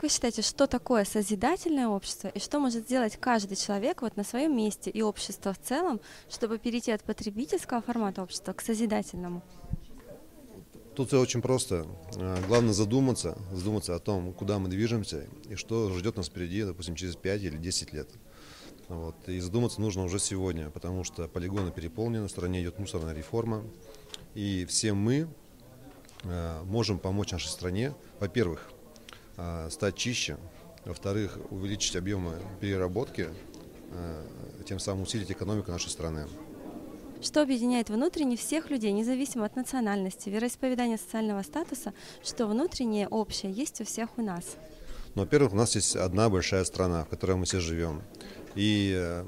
вы считаете, что такое созидательное общество и что может сделать каждый человек вот на своем месте и общество в целом, чтобы перейти от потребительского формата общества к созидательному? Тут все очень просто. Главное задуматься о том, куда мы движемся и что ждет нас впереди, допустим, через 5 или 10 лет. Вот. И задуматься нужно уже сегодня, потому что полигоны переполнены, в стране идет мусорная реформа, и все мы можем помочь нашей стране, во-первых, стать чище, во-вторых, увеличить объемы переработки, тем самым усилить экономику нашей страны. Что объединяет внутренне всех людей, независимо от национальности, вероисповедания, социального статуса, что внутреннее общее есть у всех у нас? Но, во-первых, у нас есть одна большая страна, в которой мы все живем. И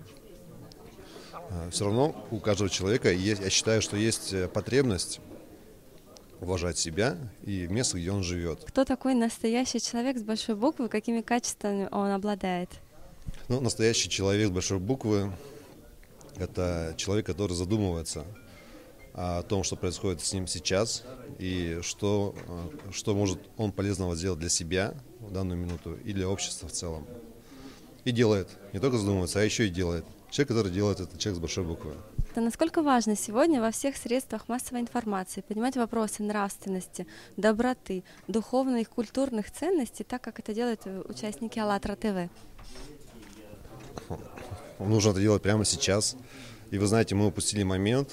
все равно у каждого человека есть, я считаю, что есть потребность уважать себя и место, где он живет. Кто такой настоящий человек с большой буквы, какими качествами он обладает? Ну, настоящий человек с большой буквы – это человек, который задумывается о том, что происходит с ним сейчас и что может он полезного сделать для себя в данную минуту и для общества в целом. И делает. Не только задумывается, а еще и делает. Человек, который делает, это человек с большой буквы. Это насколько важно сегодня во всех средствах массовой информации поднимать вопросы нравственности, доброты, духовных, культурных ценностей, так как это делают участники АЛЛАТРА ТВ? Нужно это делать прямо сейчас. И вы знаете, мы упустили момент,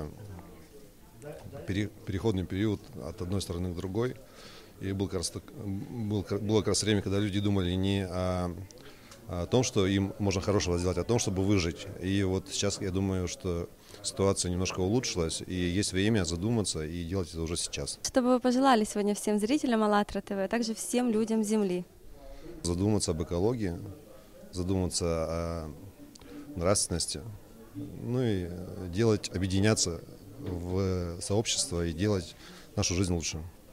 переходный период от одной стороны к другой. И было как раз время, когда люди думали не о том, что им можно хорошего сделать, а о том, чтобы выжить. И вот сейчас я думаю, что ситуация немножко улучшилась, и есть время задуматься и делать это уже сейчас. Что бы вы пожелали сегодня всем зрителям АЛЛАТРА ТВ, а также всем людям Земли? Задуматься об экологии, задуматься о нравственности, ну и объединяться в сообщество и делать нашу жизнь лучше.